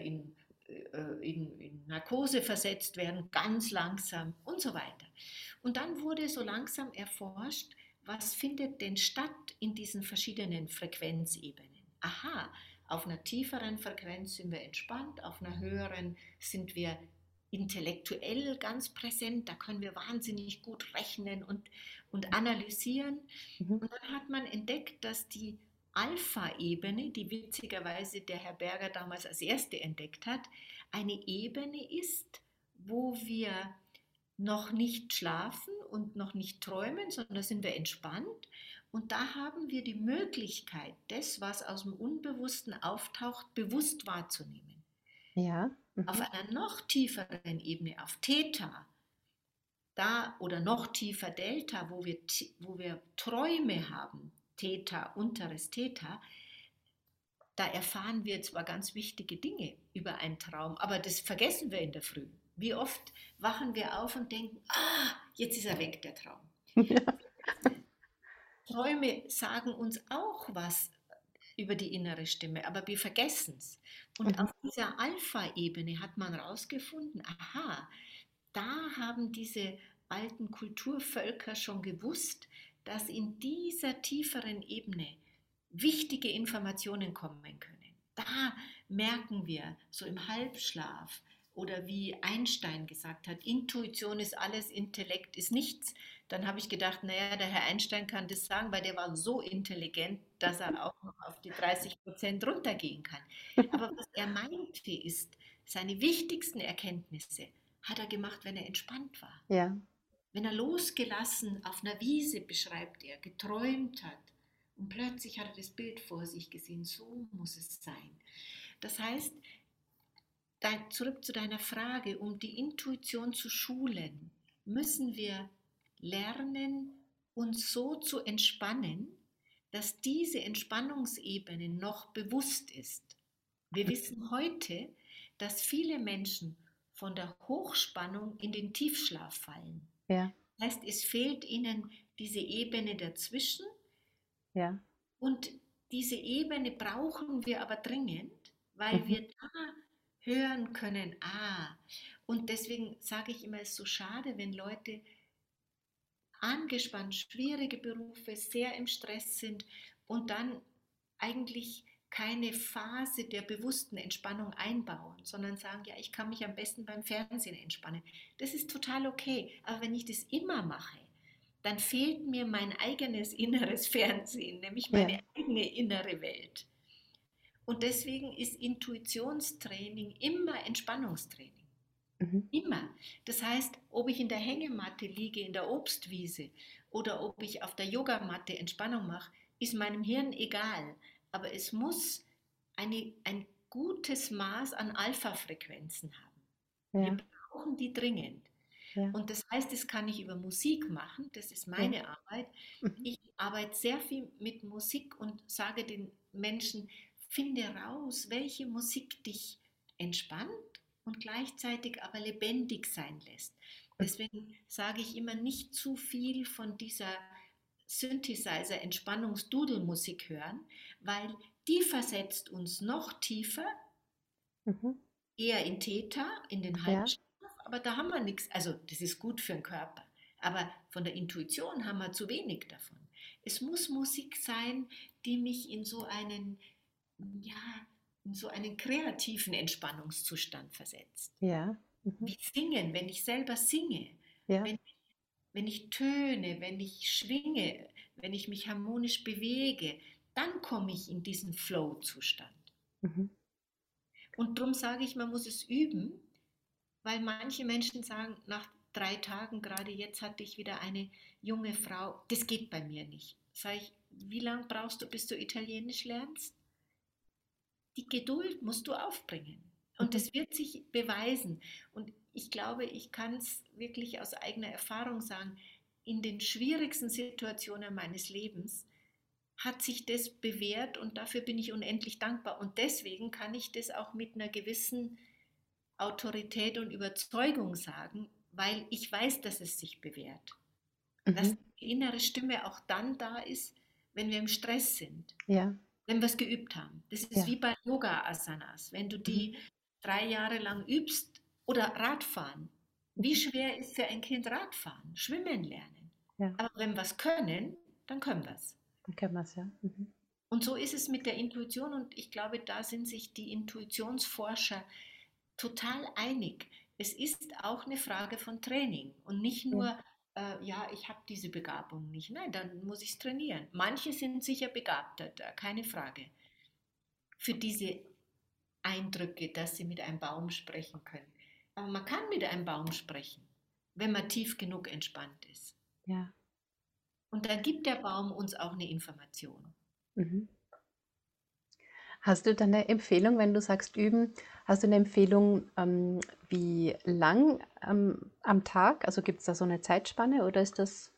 in Narkose versetzt werden, ganz langsam und so weiter. Und dann wurde so langsam erforscht, was findet denn statt in diesen verschiedenen Frequenzebenen. Aha, auf einer tieferen Frequenz sind wir entspannt, auf einer höheren sind wir intellektuell ganz präsent, da können wir wahnsinnig gut rechnen und analysieren. Mhm. Und dann hat man entdeckt, dass die Alpha-Ebene, die witzigerweise der Herr Berger damals als erste entdeckt hat, eine Ebene ist, wo wir noch nicht schlafen und noch nicht träumen, sondern da sind wir entspannt. Und da haben wir die Möglichkeit, das, was aus dem Unbewussten auftaucht, bewusst wahrzunehmen. Ja. Auf Mhm. einer noch tieferen Ebene, auf Theta, da oder noch tiefer Delta, wo wir Träume haben, Theta, unteres Theta, da erfahren wir zwar ganz wichtige Dinge über einen Traum, aber das vergessen wir in der Früh. Wie oft wachen wir auf und denken, jetzt ist er weg, der Traum. Ja. Träume sagen uns auch was über die innere Stimme, aber wir vergessen es. Und Mhm. auf dieser Alpha-Ebene hat man herausgefunden, aha, da haben diese alten Kulturvölker schon gewusst, dass in dieser tieferen Ebene wichtige Informationen kommen können. Da merken wir so im Halbschlaf oder wie Einstein gesagt hat, Intuition ist alles, Intellekt ist nichts. Dann habe ich gedacht, naja, der Herr Einstein kann das sagen, weil der war so intelligent, dass er auch noch auf die 30% runtergehen kann. Aber was er meinte ist, seine wichtigsten Erkenntnisse hat er gemacht, wenn er entspannt war. Ja. Wenn er losgelassen auf einer Wiese, beschreibt er, geträumt hat und plötzlich hat er das Bild vor sich gesehen, so muss es sein. Das heißt, zurück zu deiner Frage, um die Intuition zu schulen, müssen wir lernen, uns so zu entspannen, dass diese Entspannungsebene noch bewusst ist. Wir wissen heute, dass viele Menschen von der Hochspannung in den Tiefschlaf fallen. Ja. Das heißt, es fehlt ihnen diese Ebene dazwischen Ja. und diese Ebene brauchen wir aber dringend, weil Mhm. wir da hören können, und deswegen sage ich immer, es ist so schade, wenn Leute angespannt, schwierige Berufe, sehr im Stress sind und dann eigentlich keine Phase der bewussten Entspannung einbauen, sondern sagen, ja, ich kann mich am besten beim Fernsehen entspannen. Das ist total okay, aber wenn ich das immer mache, dann fehlt mir mein eigenes inneres Fernsehen, nämlich meine Ja. eigene innere Welt. Und deswegen ist Intuitionstraining immer Entspannungstraining. Mhm. Immer. Das heißt, ob ich in der Hängematte liege, in der Obstwiese oder ob ich auf der Yogamatte Entspannung mache, ist meinem Hirn egal. Aber es muss ein gutes Maß an Alpha-Frequenzen haben. Wir Ja. brauchen die dringend. Ja. Und das heißt, das kann ich über Musik machen, das ist Ja. meine Arbeit. Mhm. Ich arbeite sehr viel mit Musik und sage den Menschen, finde raus, welche Musik dich entspannt und gleichzeitig aber lebendig sein lässt. Deswegen sage ich immer nicht zu viel von dieser Synthesizer-Entspannungsdudelmusik hören, weil die versetzt uns noch tiefer, Mhm. eher in Theta, in den Ja. Halbschlaf, aber da haben wir nichts. Also das ist gut für den Körper, aber von der Intuition haben wir zu wenig davon. Es muss Musik sein, die mich ja, in so einen kreativen Entspannungszustand versetzt. Ja. Mhm. Wie singen, wenn ich selber singe, Ja. wenn, wenn ich töne, wenn ich schwinge, wenn ich mich harmonisch bewege, dann komme ich in diesen Flow-Zustand. Mhm. Und darum sage ich, man muss es üben, weil manche Menschen sagen, nach 3 Tagen, gerade jetzt hatte ich wieder eine junge Frau, das geht bei mir nicht. Sag ich, wie lange brauchst du, bis du Italienisch lernst? Die Geduld musst du aufbringen. Und Mhm. das wird sich beweisen. Und ich glaube, ich kann es wirklich aus eigener Erfahrung sagen, in den schwierigsten Situationen meines Lebens hat sich das bewährt und dafür bin ich unendlich dankbar. Und deswegen kann ich das auch mit einer gewissen Autorität und Überzeugung sagen, weil ich weiß, dass es sich bewährt. Dass Mhm. die innere Stimme auch dann da ist, wenn wir im Stress sind, Ja. wenn wir es geübt haben. Das ist wie Ja. bei Yoga-Asanas. Wenn du Mhm. die 3 Jahre lang übst oder Radfahren. Wie Mhm. schwer ist für ein Kind Radfahren? Schwimmen lernen. Ja. Aber wenn wir es können, dann können wir es. Dann kennen wir es, ja. Mhm. Und so ist es mit der Intuition und ich glaube, da sind sich die Intuitionsforscher total einig. Es ist auch eine Frage von Training und nicht Ja. nur, ja, ich habe diese Begabung nicht. Nein, dann muss ich es trainieren. Manche sind sicher begabter, keine Frage, für diese Eindrücke, dass sie mit einem Baum sprechen können. Aber man kann mit einem Baum sprechen, wenn man tief genug entspannt ist. Ja. Und dann gibt der Baum uns auch eine Information. Mhm. Hast du da eine Empfehlung, wenn du sagst üben, hast du eine Empfehlung, wie lang am Tag? Also gibt es da so eine Zeitspanne oder ist das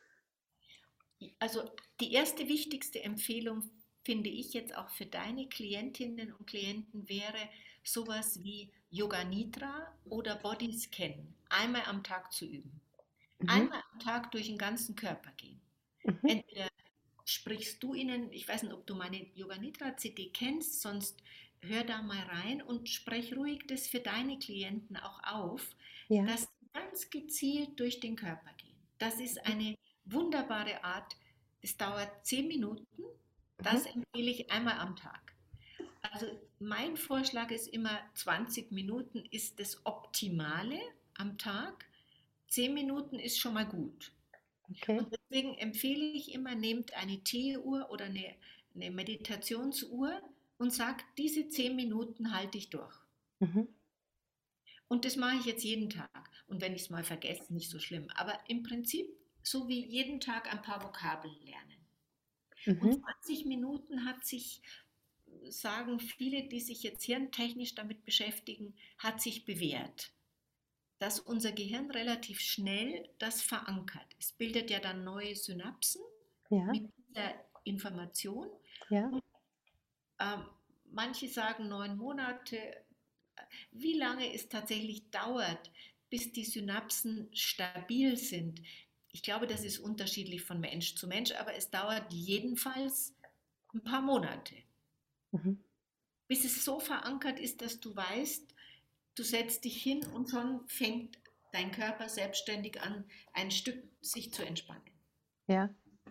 Also die erste wichtigste Empfehlung finde ich jetzt auch für deine Klientinnen und Klienten wäre sowas wie Yoga Nidra oder Body Scan einmal am Tag zu üben. mhm, Einmal am Tag durch den ganzen Körper gehen. mhm, Entweder sprichst du ihnen, ich weiß nicht, ob du meine Yoga Nidra CD kennst, sonst hör da mal rein und sprech ruhig das für deine Klienten auch auf, ja, dass sie ganz gezielt durch den Körper gehen. Das ist mhm, eine wunderbare Art. Es dauert 10 Minuten. mhm, Das empfehle ich einmal am Tag. Also mein Vorschlag ist immer, 20 Minuten ist das Optimale am Tag. 10 Minuten ist schon mal gut. okay, Und deswegen empfehle ich immer, nehmt eine Teeuhr oder eine Meditationsuhr und sagt, diese 10 Minuten halte ich durch. mhm, Und das mache ich jetzt jeden Tag. Und wenn ich es mal vergesse, nicht so schlimm. Aber im Prinzip so wie jeden Tag ein paar Vokabeln lernen. Und mhm, 20 Minuten hat sich, sagen viele, die sich jetzt hirntechnisch damit beschäftigen, hat sich bewährt, dass unser Gehirn relativ schnell das verankert. Es bildet ja dann neue Synapsen ja, mit dieser Information. ja, Und, ähm, manche sagen 9 Monate. Wie lange es tatsächlich dauert, bis die Synapsen stabil sind, ich glaube, das ist unterschiedlich von Mensch zu Mensch, aber es dauert jedenfalls ein paar Monate, mhm, bis es so verankert ist, dass du weißt, du setzt dich hin und schon fängt dein Körper selbstständig an, ein Stück sich zu entspannen. ja,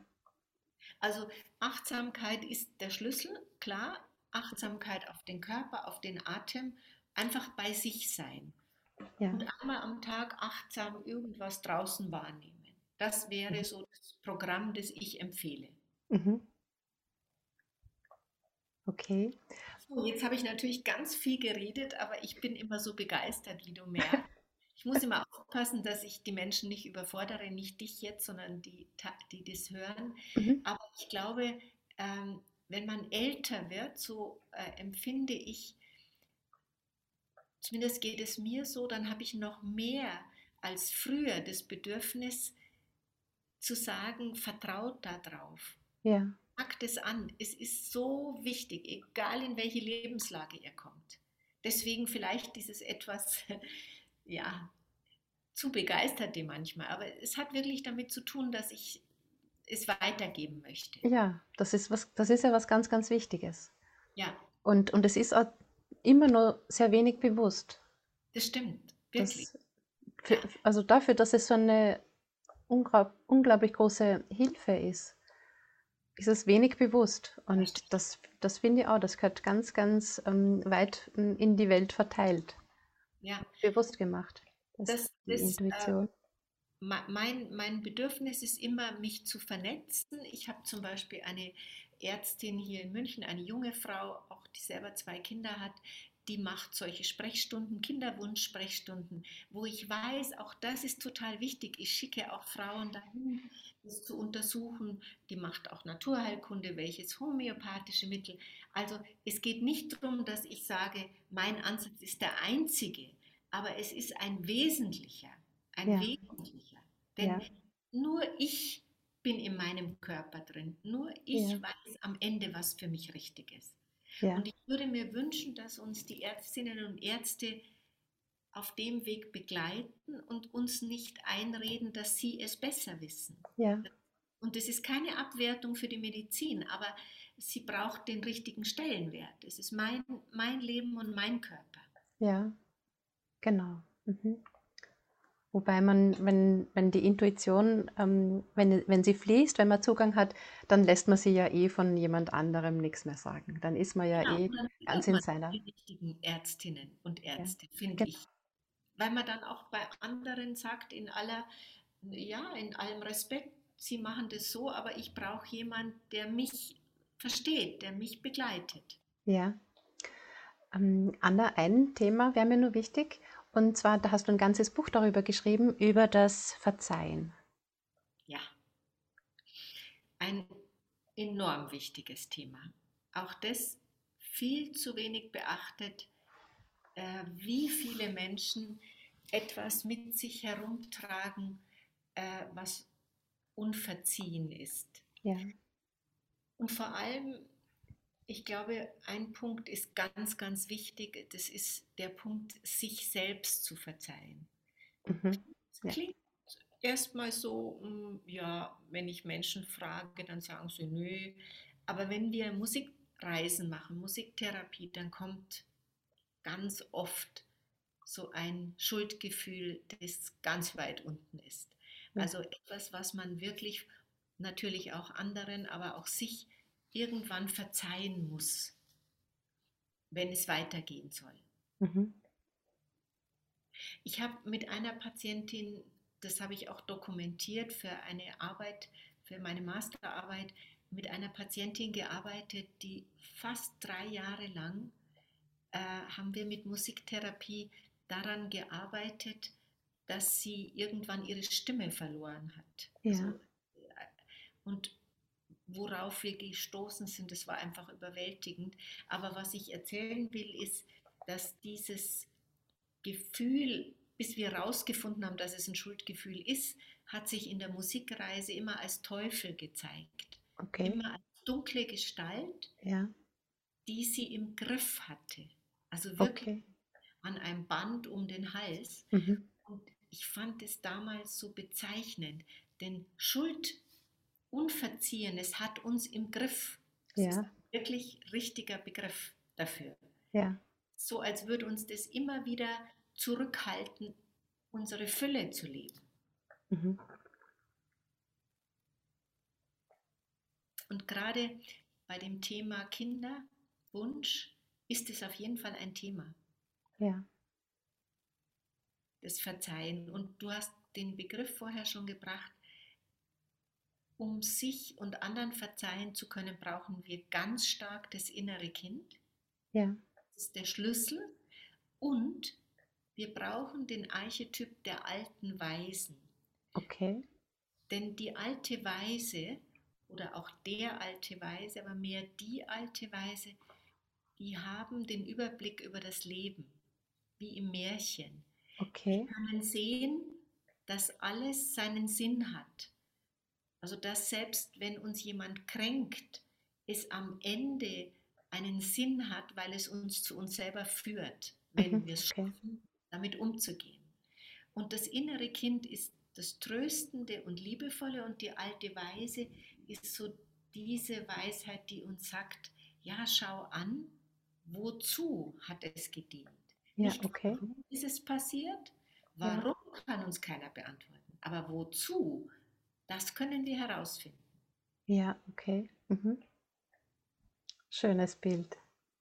Also Achtsamkeit ist der Schlüssel, klar. Achtsamkeit auf den Körper, auf den Atem, einfach bei sich sein. ja, Und einmal am Tag achtsam irgendwas draußen wahrnehmen. Das wäre mhm, so das Programm, das ich empfehle. mhm, okay. So, jetzt habe ich natürlich ganz viel geredet, aber ich bin immer so begeistert, wie du merkst. Ich muss immer aufpassen, dass ich die Menschen nicht überfordere, nicht dich jetzt, sondern die das hören. Mhm, Aber ich glaube, wenn man älter wird, so empfinde ich, zumindest geht es mir so, dann habe ich noch mehr als früher das Bedürfnis zu sagen, vertraut darauf. ja, Packt es an. Es ist so wichtig, egal in welche Lebenslage ihr kommt. Deswegen vielleicht dieses etwas, ja, zu begeisterte manchmal. Aber es hat wirklich damit zu tun, dass ich es weitergeben möchte. ja, das ist ja was ganz, ganz Wichtiges. Ja, Und es ist auch immer nur sehr wenig bewusst. das stimmt. Wirklich. Das, Ja, also dafür, dass es so eine unglaublich große Hilfe ist es wenig bewusst. das Und stimmt. das finde ich auch, das gehört ganz, ganz weit in die Welt verteilt, Ja, bewusst gemacht, das, die das Intuition. mein Bedürfnis ist immer, mich zu vernetzen. Ich habe zum Beispiel eine Ärztin hier in München, eine junge Frau, auch die selber 2 Kinder hat, die macht solche Sprechstunden, Kinderwunsch-Sprechstunden, wo ich weiß, auch das ist total wichtig. Ich schicke auch Frauen dahin, das zu untersuchen. Die macht auch Naturheilkunde, welches homöopathische Mittel. Also es geht nicht darum, dass ich sage, mein Ansatz ist der einzige, aber es ist ein wesentlicher. Ein Ja, wesentlicher. Denn ja, nur ich bin in meinem Körper drin. Nur ich ja, weiß am Ende, was für mich richtig ist. ja, Und ich würde mir wünschen, dass uns die Ärztinnen und Ärzte auf dem Weg begleiten und uns nicht einreden, dass sie es besser wissen. ja, Und das ist keine Abwertung für die Medizin, aber sie braucht den richtigen Stellenwert. Es ist mein Leben und mein Körper. ja, genau. Mhm. Wobei man, wenn die Intuition, wenn sie fließt, wenn man Zugang hat, dann lässt man sie ja eh von jemand anderem nichts mehr sagen. Dann ist man ja Genau, eh und dann ganz findet in man auch seiner. die richtigen Ärztinnen und Ja, Ärzte, finde genau. ich. Weil man dann auch bei anderen sagt, ja, in allem Respekt, sie machen das so, aber ich brauche jemanden, der mich versteht, der mich begleitet. Ja. Anna, ein Thema wäre mir nur wichtig, und zwar, da hast du ein ganzes Buch darüber geschrieben, über das Verzeihen. Ja, ein enorm wichtiges Thema. Auch das viel zu wenig beachtet, wie viele Menschen etwas mit sich herumtragen, was unverziehen ist. Ja. Und vor allem, ich glaube, ein Punkt ist ganz, ganz wichtig, das ist der Punkt, sich selbst zu verzeihen. Mhm. Es Ja. klingt erstmal so, ja, wenn ich Menschen frage, dann sagen sie nö. Aber wenn wir Musikreisen machen, Musiktherapie, dann kommt ganz oft so ein Schuldgefühl, das ganz weit unten ist. Ja. Also etwas, was man wirklich natürlich auch anderen, aber auch sich irgendwann verzeihen muss, wenn es weitergehen soll. Mhm. Ich habe mit einer Patientin, das habe ich auch dokumentiert für eine Arbeit, für meine Masterarbeit, mit einer Patientin gearbeitet, die fast 3 Jahre lang haben wir mit Musiktherapie daran gearbeitet, dass sie irgendwann ihre Stimme verloren hat. Ja. Und worauf wir gestoßen sind, das war einfach überwältigend. Aber was ich erzählen will, ist, dass dieses Gefühl, bis wir herausgefunden haben, dass es ein Schuldgefühl ist, hat sich in der Musikreise immer als Teufel gezeigt. Okay. Immer als dunkle Gestalt, Ja. die sie im Griff hatte. Also wirklich Okay. an einem Band um den Hals. Mhm. Und ich fand es damals so bezeichnend, denn Schuld, Unverziehen, es hat uns im Griff. Das ist Ja. ein wirklich richtiger Begriff dafür. Ja. So als würde uns das immer wieder zurückhalten, unsere Fülle zu leben. Mhm. Und gerade bei dem Thema Kinderwunsch ist es auf jeden Fall ein Thema, Ja. das Verzeihen. Und du hast den Begriff vorher schon gebracht, um sich und anderen verzeihen zu können, brauchen wir ganz stark das innere Kind. Ja. Das ist der Schlüssel. Und wir brauchen den Archetyp der alten Weisen. Okay. Denn die alte Weise oder auch der alte Weise, aber mehr die alte Weise, die haben den Überblick über das Leben, wie im Märchen. Die Okay. können sehen, dass alles seinen Sinn hat. Also dass selbst wenn uns jemand kränkt, es am Ende einen Sinn hat, weil es uns zu uns selber führt, Mhm. wenn wir es Okay. schaffen, damit umzugehen. Und das innere Kind ist das Tröstende und Liebevolle und die alte Weise ist so diese Weisheit, die uns sagt, ja, schau an, wozu hat es gedient? Ja. Nicht Okay. warum ist es passiert, Ja. warum kann uns keiner beantworten, aber wozu, das können wir herausfinden. Ja. Okay. Mhm. Schönes Bild.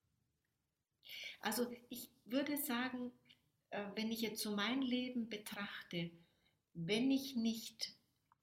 Also ich würde sagen, wenn ich jetzt so mein Leben betrachte, wenn ich nicht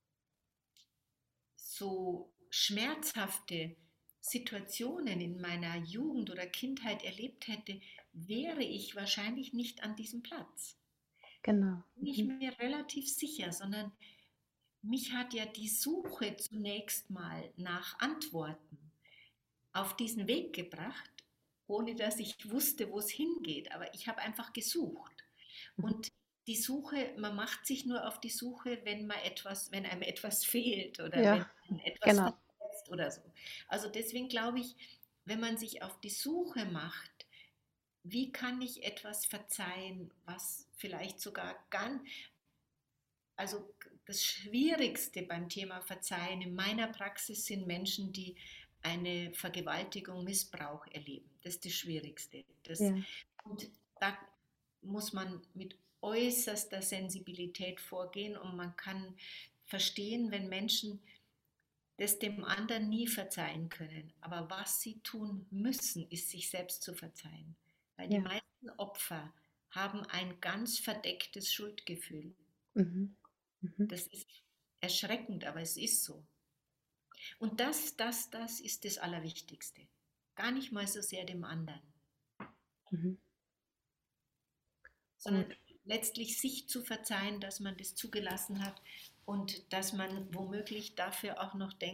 so schmerzhafte Situationen in meiner Jugend oder Kindheit erlebt hätte, wäre ich wahrscheinlich nicht an diesem Platz. Genau. Bin ich Mhm. mir relativ sicher, sondern mich hat ja die Suche zunächst mal nach Antworten auf diesen Weg gebracht, ohne dass ich wusste, wo es hingeht. Aber ich habe einfach gesucht. Mhm. Und die Suche, man macht sich nur auf die Suche, wenn einem etwas fehlt oder wenn Ja. man etwas Genau. verletzt oder so. Also deswegen glaube ich, wenn man sich auf die Suche macht, wie kann ich etwas verzeihen, was vielleicht sogar ganz, also das Schwierigste beim Thema Verzeihen in meiner Praxis sind Menschen, die eine Vergewaltigung, Missbrauch erleben. Das ist das Schwierigste. Ja. Und da muss man mit äußerster Sensibilität vorgehen und man kann verstehen, wenn Menschen das dem anderen nie verzeihen können. Aber was sie tun müssen, ist sich selbst zu verzeihen. Weil die Ja. meisten Opfer haben ein ganz verdecktes Schuldgefühl. Mhm. Mhm. Das ist erschreckend, aber es ist so. Und das ist das Allerwichtigste. Gar nicht mal so sehr dem anderen, Mhm. sondern Gut. letztlich sich zu verzeihen, dass man das zugelassen hat und dass man womöglich dafür auch noch denkt,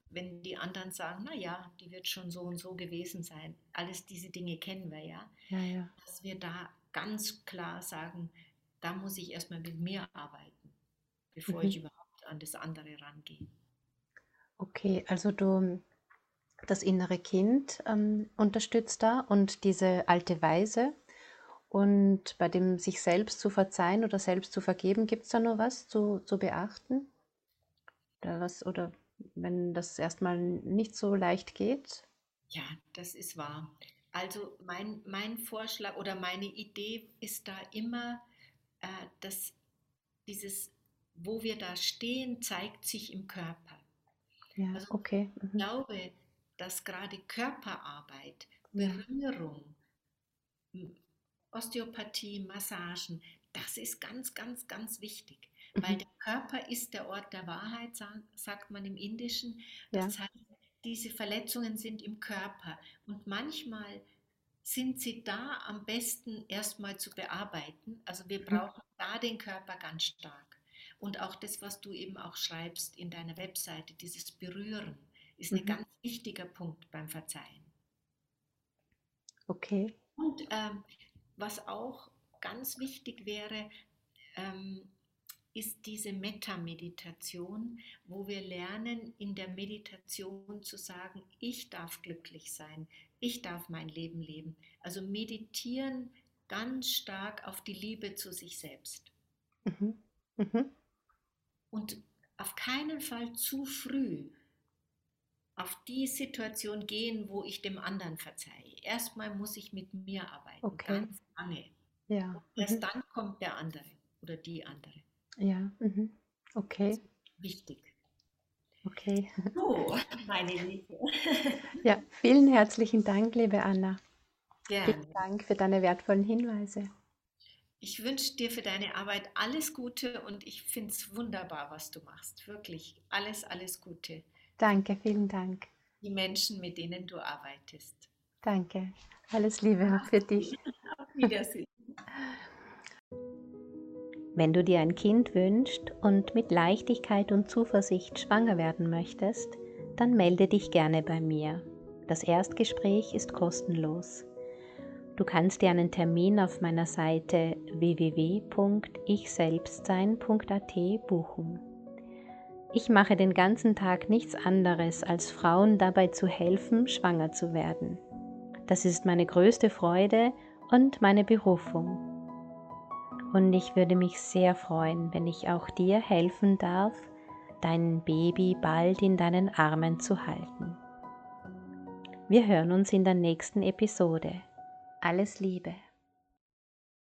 wenn die anderen sagen, na ja, die wird schon so und so gewesen sein. Alles diese Dinge kennen wir ja, Ja, ja. dass wir da ganz klar sagen, da muss ich erstmal mit mir arbeiten, bevor ich Mhm. überhaupt an das andere rangehe. Okay, also du das innere Kind unterstützt da und diese alte Weise. Und bei dem sich selbst zu verzeihen oder selbst zu vergeben, gibt es da noch was zu beachten? Oder wenn das erstmal nicht so leicht geht? Ja, das ist wahr. Also mein Vorschlag oder meine Idee ist da immer, dass dieses, wo wir da stehen, zeigt sich im Körper. Ja, Also okay. ich Mhm. glaube, dass gerade Körperarbeit, Ja. Berührung, Osteopathie, Massagen, das ist ganz, ganz, ganz wichtig, weil Mhm. der Körper ist der Ort der Wahrheit, sagt man im Indischen. Ja. Das heißt, diese Verletzungen sind im Körper und manchmal sind sie da am besten erstmal zu bearbeiten. Also wir Mhm. brauchen da den Körper ganz stark. Und auch das, was du eben auch schreibst in deiner Webseite, dieses Berühren, ist ein Mhm. ganz wichtiger Punkt beim Verzeihen. Okay. Und was auch ganz wichtig wäre, ähm, ist diese Metta-Meditation, wo wir lernen, in der Meditation zu sagen, ich darf glücklich sein, ich darf mein Leben leben. Also meditieren ganz stark auf die Liebe zu sich selbst. Mhm. Mhm. Und auf keinen Fall zu früh auf die Situation gehen, wo ich dem anderen verzeihe. Erstmal muss ich mit mir arbeiten, Okay. ganz lange. Ja. Und erst Mhm. dann kommt der andere oder die andere. Ja. Mhm. Das Okay. ist wichtig. Okay. So, meine Liebe. Ja, vielen herzlichen Dank, liebe Anna. Vielen Gerne. Dank für deine wertvollen Hinweise. Ich wünsche dir für deine Arbeit alles Gute und ich finde es wunderbar, was du machst. Wirklich alles, alles Gute für Danke, vielen Dank. die Menschen, mit denen du arbeitest. Danke. Alles Liebe auch für dich. Auf Wiedersehen. Wenn du dir ein Kind wünschst und mit Leichtigkeit und Zuversicht schwanger werden möchtest, dann melde dich gerne bei mir. Das Erstgespräch ist kostenlos. Du kannst dir einen Termin auf meiner Seite www.ichselbstsein.at buchen. Ich mache den ganzen Tag nichts anderes, als Frauen dabei zu helfen, schwanger zu werden. Das ist meine größte Freude und meine Berufung. Und ich würde mich sehr freuen, wenn ich auch dir helfen darf, dein Baby bald in deinen Armen zu halten. Wir hören uns in der nächsten Episode. Alles Liebe.